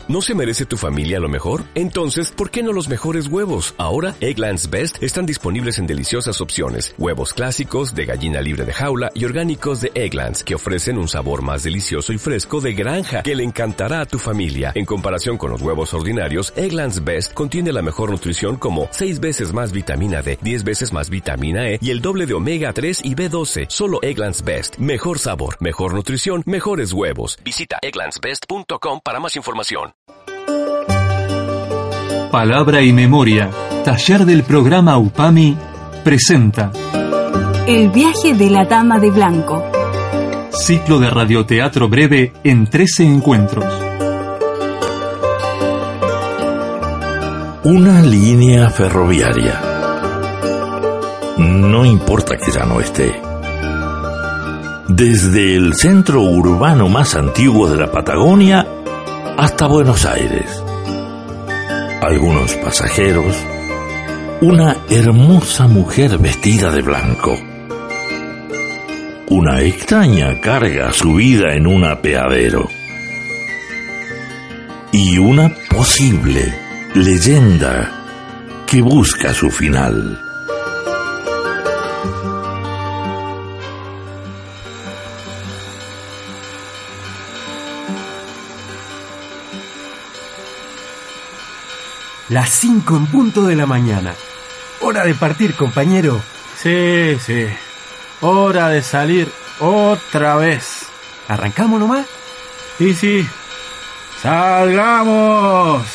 ¿No se merece tu familia lo mejor? Entonces, ¿por qué no los mejores huevos? Ahora, Eggland's Best están disponibles en deliciosas opciones. Huevos clásicos, de gallina libre de jaula y orgánicos de Eggland's, que ofrecen un sabor más delicioso y fresco de granja que le encantará a tu familia. En comparación con los huevos ordinarios, Eggland's Best contiene la mejor nutrición como 6 veces más vitamina D, 10 veces más vitamina E y el doble de omega 3 y B12. Solo Eggland's Best. Mejor sabor, mejor nutrición, mejores huevos. Visita egglandsbest.com para más información. Palabra y Memoria, taller del programa UPAMI, presenta El viaje de la Dama de Blanco. Ciclo de radioteatro breve en 13 encuentros. Una línea ferroviaria. No importa que ya no esté. Desde el centro urbano más antiguo de la Patagonia hasta Buenos Aires. Algunos pasajeros, una hermosa mujer vestida de blanco, una extraña carga subida en un apeadero y una posible leyenda que busca su final. Las 5 en punto de la mañana. Hora de partir, compañero. Sí. Hora de salir otra vez. ¿Arrancamos nomás? Sí. ¡Salgamos!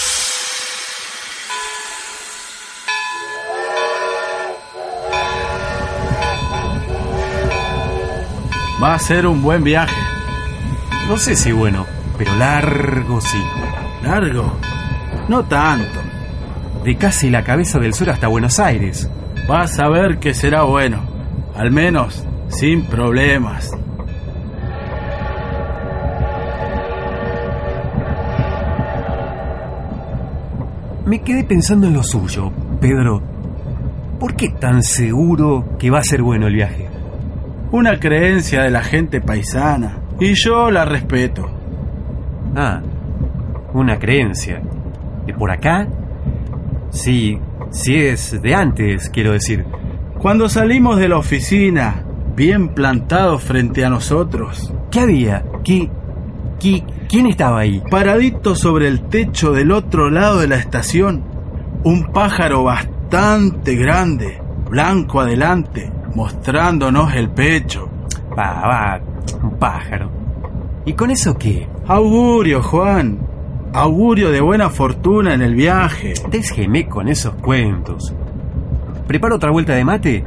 Va a ser un buen viaje. No sé si bueno, pero largo sí. ¿Largo? No tanto. De casi la cabeza del sur hasta Buenos Aires. Vas a ver que será bueno. Al menos sin problemas. Me quedé pensando en lo suyo, Pedro. ¿Por qué tan seguro que va a ser bueno el viaje? Una creencia de la gente paisana. Y yo la respeto. Ah, una creencia. ¿De por acá? Sí es de antes, quiero decir. Cuando salimos de la oficina, bien plantados frente a nosotros. ¿Qué había? ¿Quién estaba ahí? Paradito sobre el techo del otro lado de la estación, un pájaro bastante grande, blanco adelante, mostrándonos el pecho. Va, un pájaro. ¿Y con eso qué? Augurio, Juan. Augurio de buena fortuna en el viaje. Déjeme con esos cuentos. ¿Preparo otra vuelta de mate?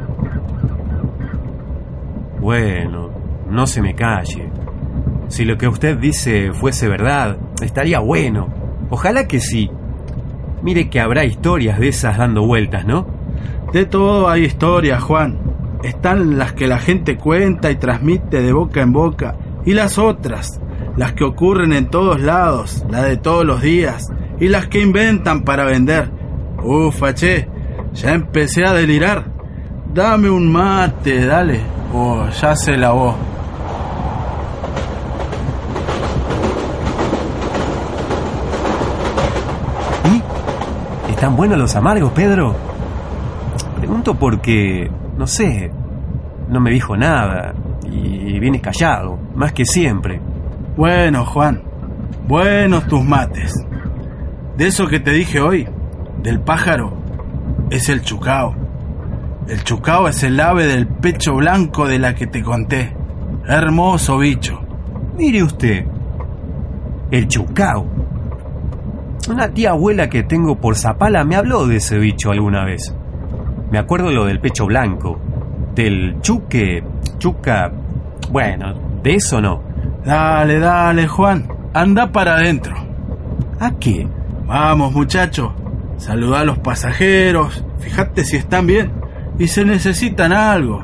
Bueno, no se me calle. Si lo que usted dice fuese verdad, estaría bueno. Ojalá que sí. Mire que habrá historias de esas dando vueltas, ¿no? De todo hay historias, Juan. Están las que la gente cuenta y transmite de boca en boca, y las otras, las que ocurren en todos lados, la de todos los días, y las que inventan para vender. Ufa, che, ya empecé a delirar. Dame un mate, dale. Oh, ya se lavó. ¿Y? ¿Están buenos los amargos, Pedro? Pregunto porque, no sé, no me dijo nada y vienes callado, más que siempre. Bueno, Juan, buenos tus mates. De eso que te dije hoy, del pájaro, es el chucao. El chucao es el ave del pecho blanco de la que te conté. Hermoso bicho. Mire usted, el chucao. Una tía abuela que tengo por Zapala me habló de ese bicho alguna vez. Me acuerdo lo del pecho blanco, del chuca, bueno, de eso no. Dale, Juan, anda para adentro. ¿A qué? Vamos, muchacho, saludá a los pasajeros, fíjate si están bien y si necesitan algo.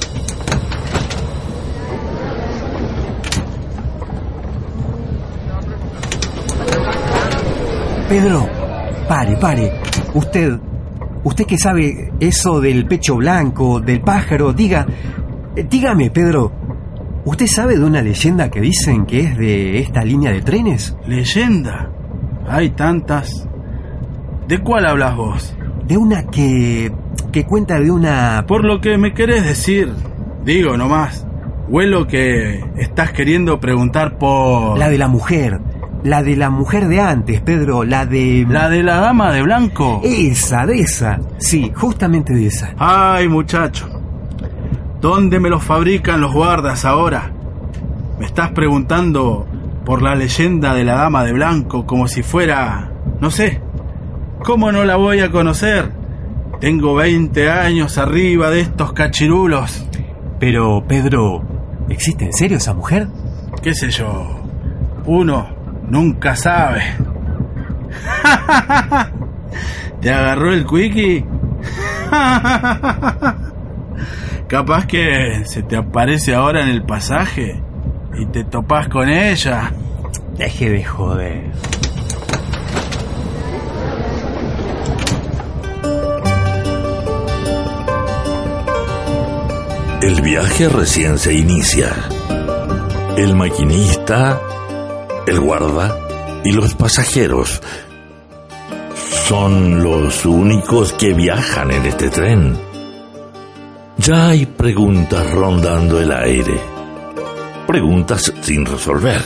Pedro, pare. Usted que sabe eso del pecho blanco, del pájaro, dígame, Pedro, ¿usted sabe de una leyenda que dicen que es de esta línea de trenes? ¿Leyenda? Hay tantas. ¿De cuál hablas vos? De una que cuenta de una... Por lo que me querés decir, digo nomás, huelo que estás queriendo preguntar por... La de la mujer de antes, Pedro, ¿La de la dama de blanco? de esa, sí, justamente de esa. Ay, muchacho, ¿dónde me los fabrican los guardas ahora? Me estás preguntando por la leyenda de la dama de blanco como si fuera... no sé, ¿cómo no la voy a conocer? Tengo 20 años arriba de estos cachirulos. Pero, Pedro, ¿existe en serio esa mujer? ¿Qué sé yo? Uno nunca sabe. ¿Te agarró el quickie? Capaz que se te aparece ahora en el pasaje y te topás con ella. Deje de joder. El viaje recién se inicia. El maquinista, el guarda y los pasajeros son los únicos que viajan en este tren. Ya hay preguntas rondando el aire, preguntas sin resolver.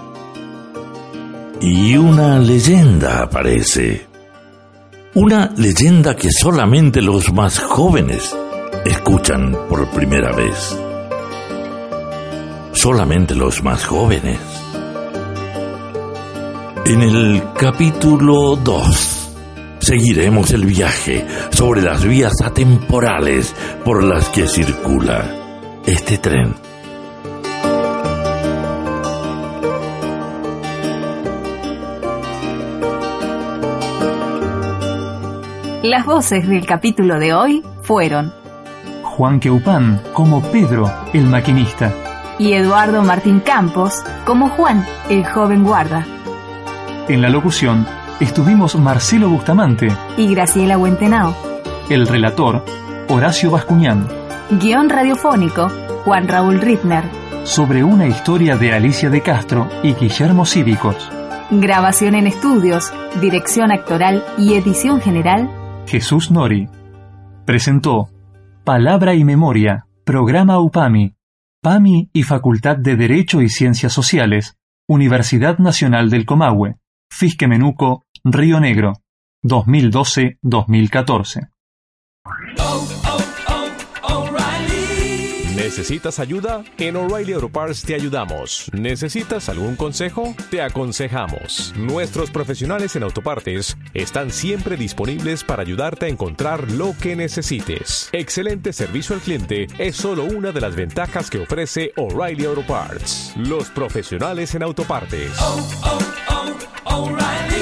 Y una leyenda aparece. Una leyenda que solamente los más jóvenes escuchan por primera vez. Solamente los más jóvenes. En el capítulo 2 seguiremos el viaje sobre las vías atemporales por las que circula este tren. Las voces del capítulo de hoy fueron Juan Queupán como Pedro, el maquinista. y Eduardo Martín Campos como Juan, el joven guarda, En la locución estuvimos Marcelo Bustamante, y Graciela Huentenao. el relator Horacio Bascuñán, Guión radiofónico, Juan Raúl Rittner. sobre una historia de Alicia de Castro y Guillermo Cívicos. Grabación en estudios, dirección actoral y edición general, Jesús Nori. Presentó Palabra y Memoria, Programa UPAMI, PAMI y Facultad de Derecho y Ciencias Sociales, Universidad Nacional del Comahue, Fisquemenuco, Río Negro, 2012-2014. ¿Necesitas ayuda? En O'Reilly Auto Parts te ayudamos. ¿Necesitas algún consejo? Te aconsejamos. Nuestros profesionales en autopartes están siempre disponibles para ayudarte a encontrar lo que necesites. Excelente servicio al cliente es solo una de las ventajas que ofrece O'Reilly Auto Parts. Los profesionales en autopartes. O'Reilly.